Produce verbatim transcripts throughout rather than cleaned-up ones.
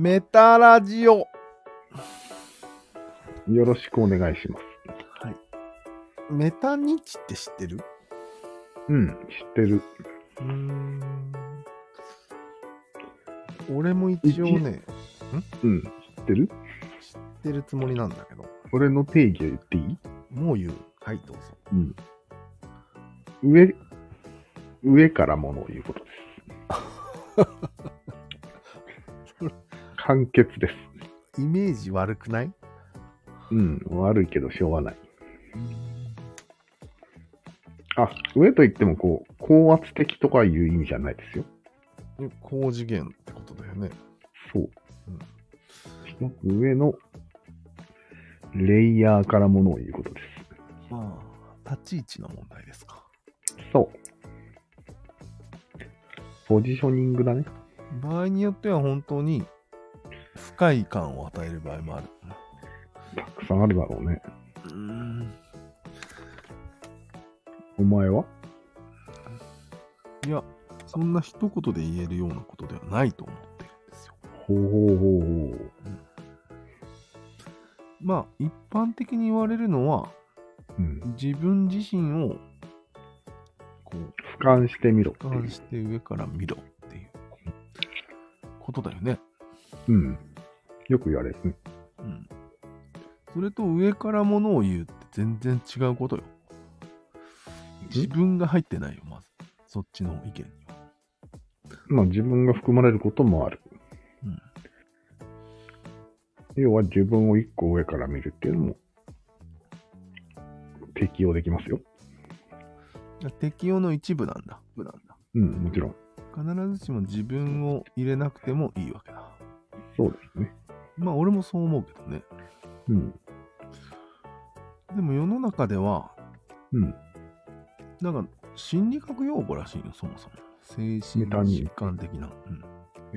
メタラジオ。 よろしくお願いします。 はい。メタ認知って知ってる？ うん、知ってる。 うーん。俺も一応ね、んうん、知ってる？ 知ってるつもりなんだけど。 俺の定義を言っていい？ もう言う。はい、どうぞ。 うん。上、上からものを言うことです。簡潔です。 イメージ悪くない？ うん、悪いけどしょうがない。あ、上といってもこう、高圧的とかいう意味じゃないですよ。 高次元ってことだよね。 そう。うん、一つ上のレイヤーからものを言うことです。 まあ、立ち位置の問題ですか。 そう。ポジショニングだね。 場合によっては本当に不快感を与える場合もある。 たくさんあるだろうね。 うーん。 お前は？ いや、そんな一言で言えるようなことではないと思ってるんですよ。 ほうほうほうほう。うん、 まあ、一般的に言われるのは、うん、自分自身をこう俯瞰してみろ。 俯瞰して上から見ろっていうことだよね。 うん。よく言われるね。 うん。それと上からものを言うって全然違うことよ。自分が入ってないよ、まず。そっちの意見には。 まあ自分が含まれることもある。うん。要は自分を一個上から見るっていうのも適用できますよ。 適用の一部なんだ。部なんだ。 うん、もちろん。 必ずしも自分を入れなくてもいいわけだ。 そうですね。 まあ俺もそう思うけどね。 うん。でも世の中では、 うん。 なんか心理学用語らしいよ、そもそも。精神疾患的な。 うん、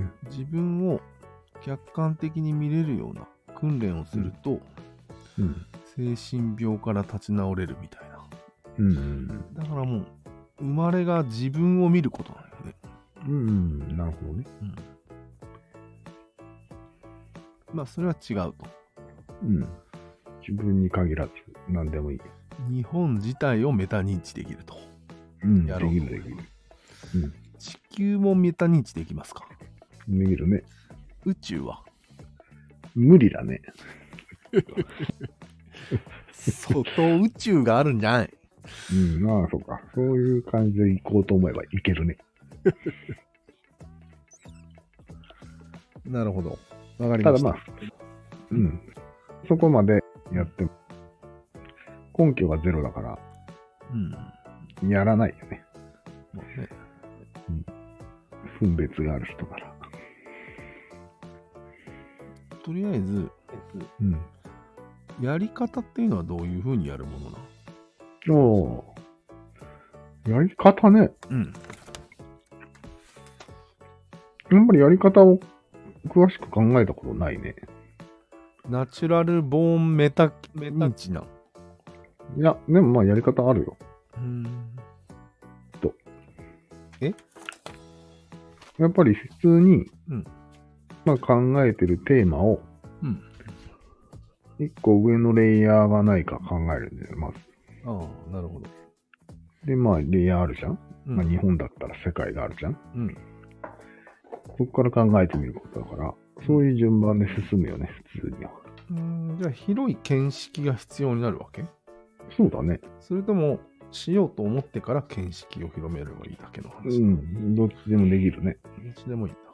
えー、自分を客観的に見れるような訓練をすると、うんうん、精神病から立ち直れるみたいな。うんうん、だからもう、生まれが自分を見ることなんよね。 うん、なるほどね。うん、 まあ、それは違うと。 うん。自分に限らず、何でもいい。 日本自体をメタ認知できると。 うん、やろうと。できるできる。 うん。地球もメタ認知できますか？ できるね。 宇宙は無理だね。 外宇宙があるんじゃない？ うん、まあそうか。そういう感じで行こうと思えばいけるね。 なるほど。わかりました。 ただまあ、うん。そこまでやっても、根拠がゼロだから、うん。やらないよね。まあね。うん。分別がある人なら。 とりあえず、うん。やり方っていうのはどういうふうにやるものなの？ おー。やり方ね。うん。やっぱりやり方を詳しく考えたことないね。 ナチュラルボーンメタ認知な。 いや、でもまあやり方あるよ。うーん。と。 え？ やっぱり普通に、うん、まあ考えてるテーマを、うん。一個上のレイヤーがないか考えるんだよ、まず。 ああ、なるほど。 で、まあレイヤーあるじゃん。うん、まあ日本だったら世界があるじゃん。うん。そこから考えてみることだから、そういう順番で進むよね、普通には。 うーん、じゃあ広い見識が必要になるわけ？ そうだね。 それとも、しようと思ってから見識を広めればいいだけの話。 うん、どっちでもできるね。 どっちでもいいんだ。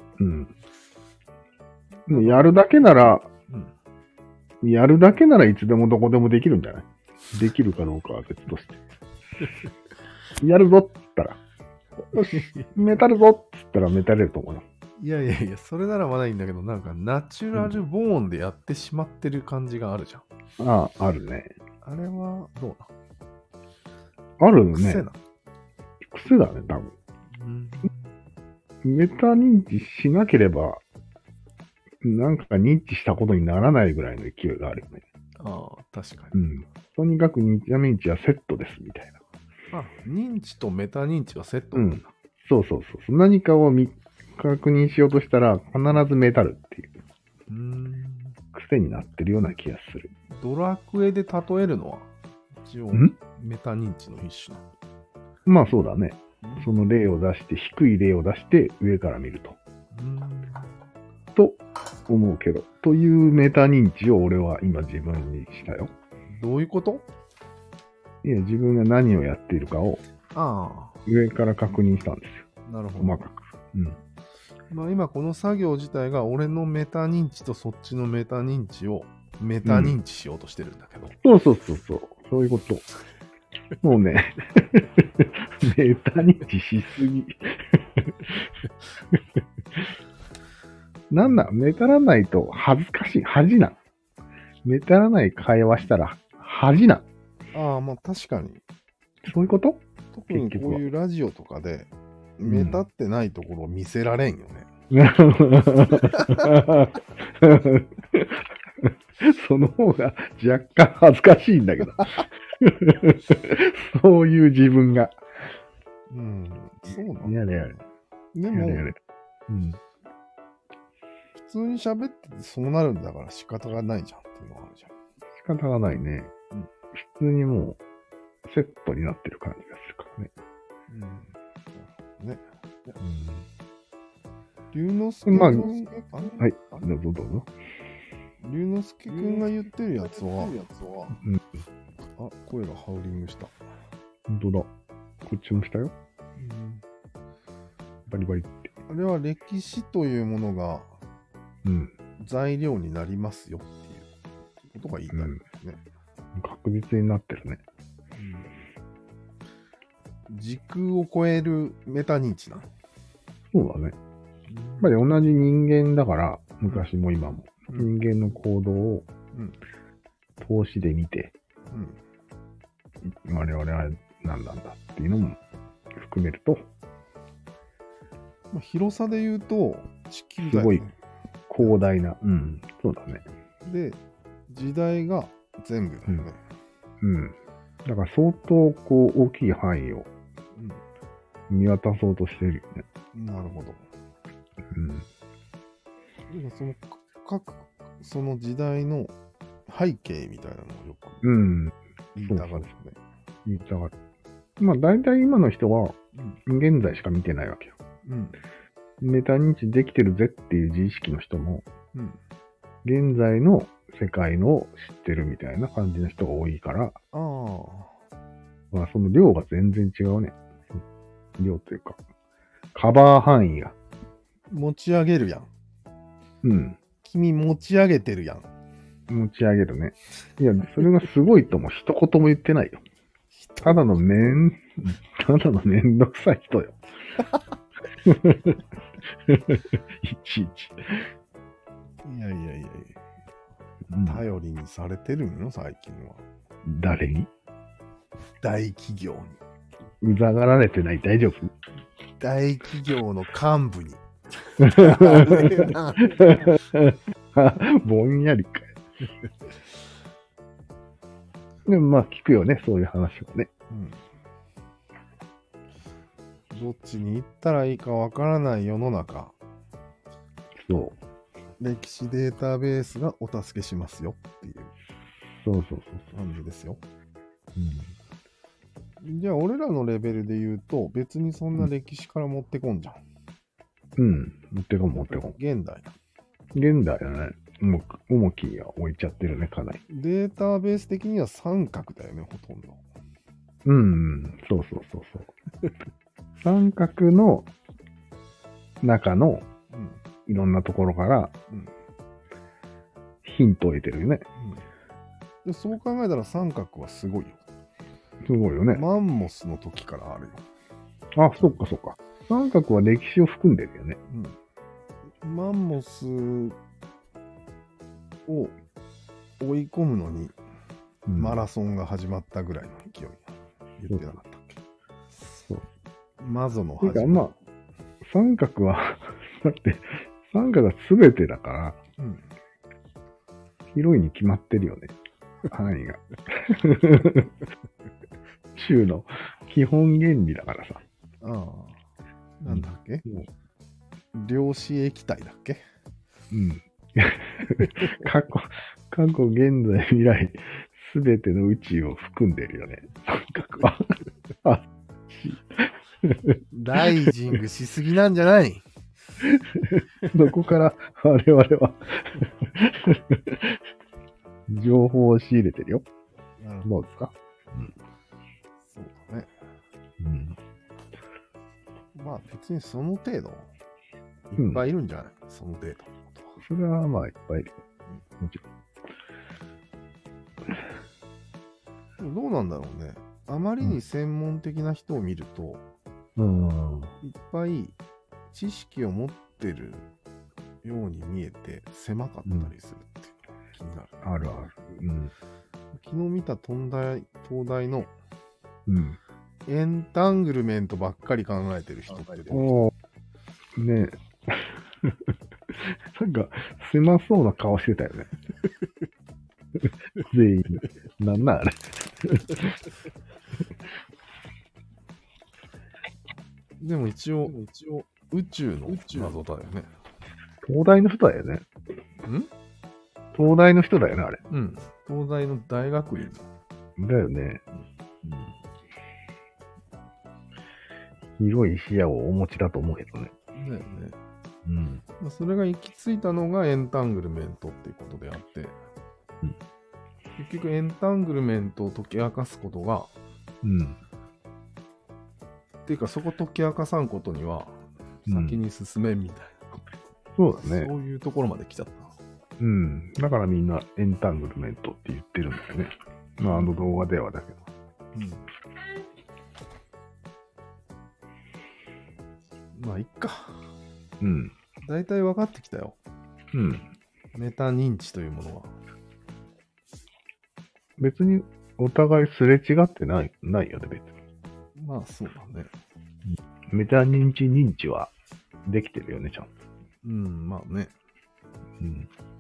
うん。やるだけなら、うん、やるだけならいつでもどこでもできるんじゃない？できるかどうかは別として。やるぞっつったら、よし、メタルぞっつったらメタれると思うよ。 いやいやいや、それならまだいいんだけど、なんかナチュラルボーンでやってしまってる感じがあるじゃん。 うん、ああ、あるね。 あれはどうな？あるね。 癖な。 癖だね、多分。うん、メタ認知しなければ、なんか認知したことにならないぐらいの勢いがあるよね。 ああ、確かに。うん。とにかく認知や認知はセットです、みたいな。 あ、認知とメタ認知はセットなんだ。 うん。そうそうそう。何かを見確認しようとしたら、必ずメタルっていう。うーん。癖になってるような気がする。 ドラクエで例えるのは、一応、メタ認知の一種なの。 まあそうだね。その例を出して、低い例を出して上から見ると。うーんと思うけど。というメタ認知を俺は今自分にしたよ。 どういうこと？ いや、自分が何をやっているかを上から確認したんですよ。 なるほど。 細かく。うん。 まあ今この作業自体が俺のメタ認知とそっちのメタ認知をメタ認知しようとしてるんだけど。 うん、そうそうそうそう。そういうこと。もうね、メタ認知しすぎ。なんだ、メタらないと恥ずかしい。恥なん。メタらない会話したら恥なん。 ああ、まあ確かに。 そういうこと？ 特にこういうラジオとかで、メタってないところを見せられんよね。 うん、その方が若干恥ずかしいんだけど。そういう自分が。 うん、そうなんだ。 やれやれ。 でも、やれやれ。うん、普通に喋っててそうなるんだから仕方がないじゃんっていうのがあるじゃん。 仕方がないね。うん、普通にもうセットになってる感じがするからね。 うん。ね。うん。龍之介君、まあ、 はい、どうぞどうぞ。 龍之介君が言ってるやつは、うん、あ、声がハウリングした。 本当だ。こっちもしたよ。うん、バリバリって。 あれは歴史というものが、うん、材料になりますよっていうことが言いたいんですね、 うん。確実になってるね。 うん、時空を超えるメタ認知なの。 そうだね。やっぱり同じ人間だから、昔も今も。うん、人間の行動を投資で見て、うん、我々は何なんだっていうのも含めると、 まあ、広さで言うと地球だよね。 すごい広大な、うん、そうだね。 で、時代が全部だよね。 うん。うん、だから相当こう大きい範囲を見渡そうとしてるよね。 うん、なるほど。うん。でもその各その時代の背景みたいなのをよく言いたがるよね。 言いたがる。まあ大体今の人は現在しか見てないわけよ。うん、メタ認知できてるぜっていう自意識の人も、うん、現在の世界の知ってるみたいな感じの人が多いから、あまあその量が全然違うね。量というか、カバー範囲が。 持ち上げるやん。 うん。 君持ち上げてるやん。 持ち上げるね。いや、それがすごいとも一言も言ってないよ。ただのめん、ただのめんどくさい人よ。いちいち。 いやいやいやいや。頼りにされてるんよ、最近は。 誰に？ 大企業に。うざがられてない？大丈夫？ 大企業の幹部に。 ぼんやりかよ。でもまあ聞くよね、そういう話はね、 うん。どっちに行ったらいいかわからない世の中。 そう。 歴史データベースがお助けしますよっていう。 そうそうそう感じですよ。うん、じゃあ俺らのレベルで言うと別にそんな歴史から持ってこんじゃん。 うん、持ってこん持ってこん。 現代だ。 現代だね。重く、重きが置いちゃってるね、かなり。 データベース的には三角だよね、ほとんど。 うん、そうそうそうそう。三角の中のいろんなところからヒントを得てるよね。 うん、でそう考えたら三角はすごいよ。 すごいよね。 マンモスの時からあるよ。あ、そっかそっか。三角は歴史を含んでるよね。 うん、マンモスを追い込むのに、うん、マラソンが始まったぐらいの勢い言ってなかったっけ。そう。マゾの始まり。 まあ、三角はだって三角は全てだから、うん、広いに決まってるよね。範囲が。中の基本原理だからさ。 ああ。なんだっけ、うん、 量子液体だっけ？ うん。過去、過去、現在、未来、すべての宇宙を含んでるよね。あライジングしすぎなんじゃない？ そこから我々は情報を仕入れてるよ。どうですか？ うん。そうだね。うん。まあ別にその程度、いっぱいいるんじゃない？うん、その程度。 それはまあいっぱいいる。うん、もちろん。どうなんだろうね。あまりに専門的な人を見ると、 うん、 いっぱい知識を持ってるように見えて狭かったりするっていうのが気になる、ね。 あるある。うん、 昨日見た東大、東大の、 うん、 エンタングルメントばっかり考えてる人って出てきた。 おー、ねえ。なんか、狭そうな顔してたよね。全員。なんなんあれ。 でも一応、一応宇宙の謎だよね。 東大の人だよね。 ん？ 東大の人だよね、あれ。 うん。東大の大学院。 だよね。うん、広い視野をお持ちだと思うけどね。 だよね。 うん。 それが行き着いたのがエンタングルメントっていうことであって、うん、結局エンタングルメントを解き明かすことが、うん。っていうかそこ解き明かさんことには先に進めんみたいな、 うん。そうだね。 そういうところまで来ちゃった。 うん。だからみんなエンタングルメントって言ってるんだよね。まああの動画ではだけど。 うん。まあいっか。 うん。 大体分かってきたよ。 うん。 メタ認知というものは。 別にお互いすれ違ってない、ないよね、別に。 まあそうだね。 メタ認知認知はできてるよね、ちゃんと。 うん、まあね。 うん。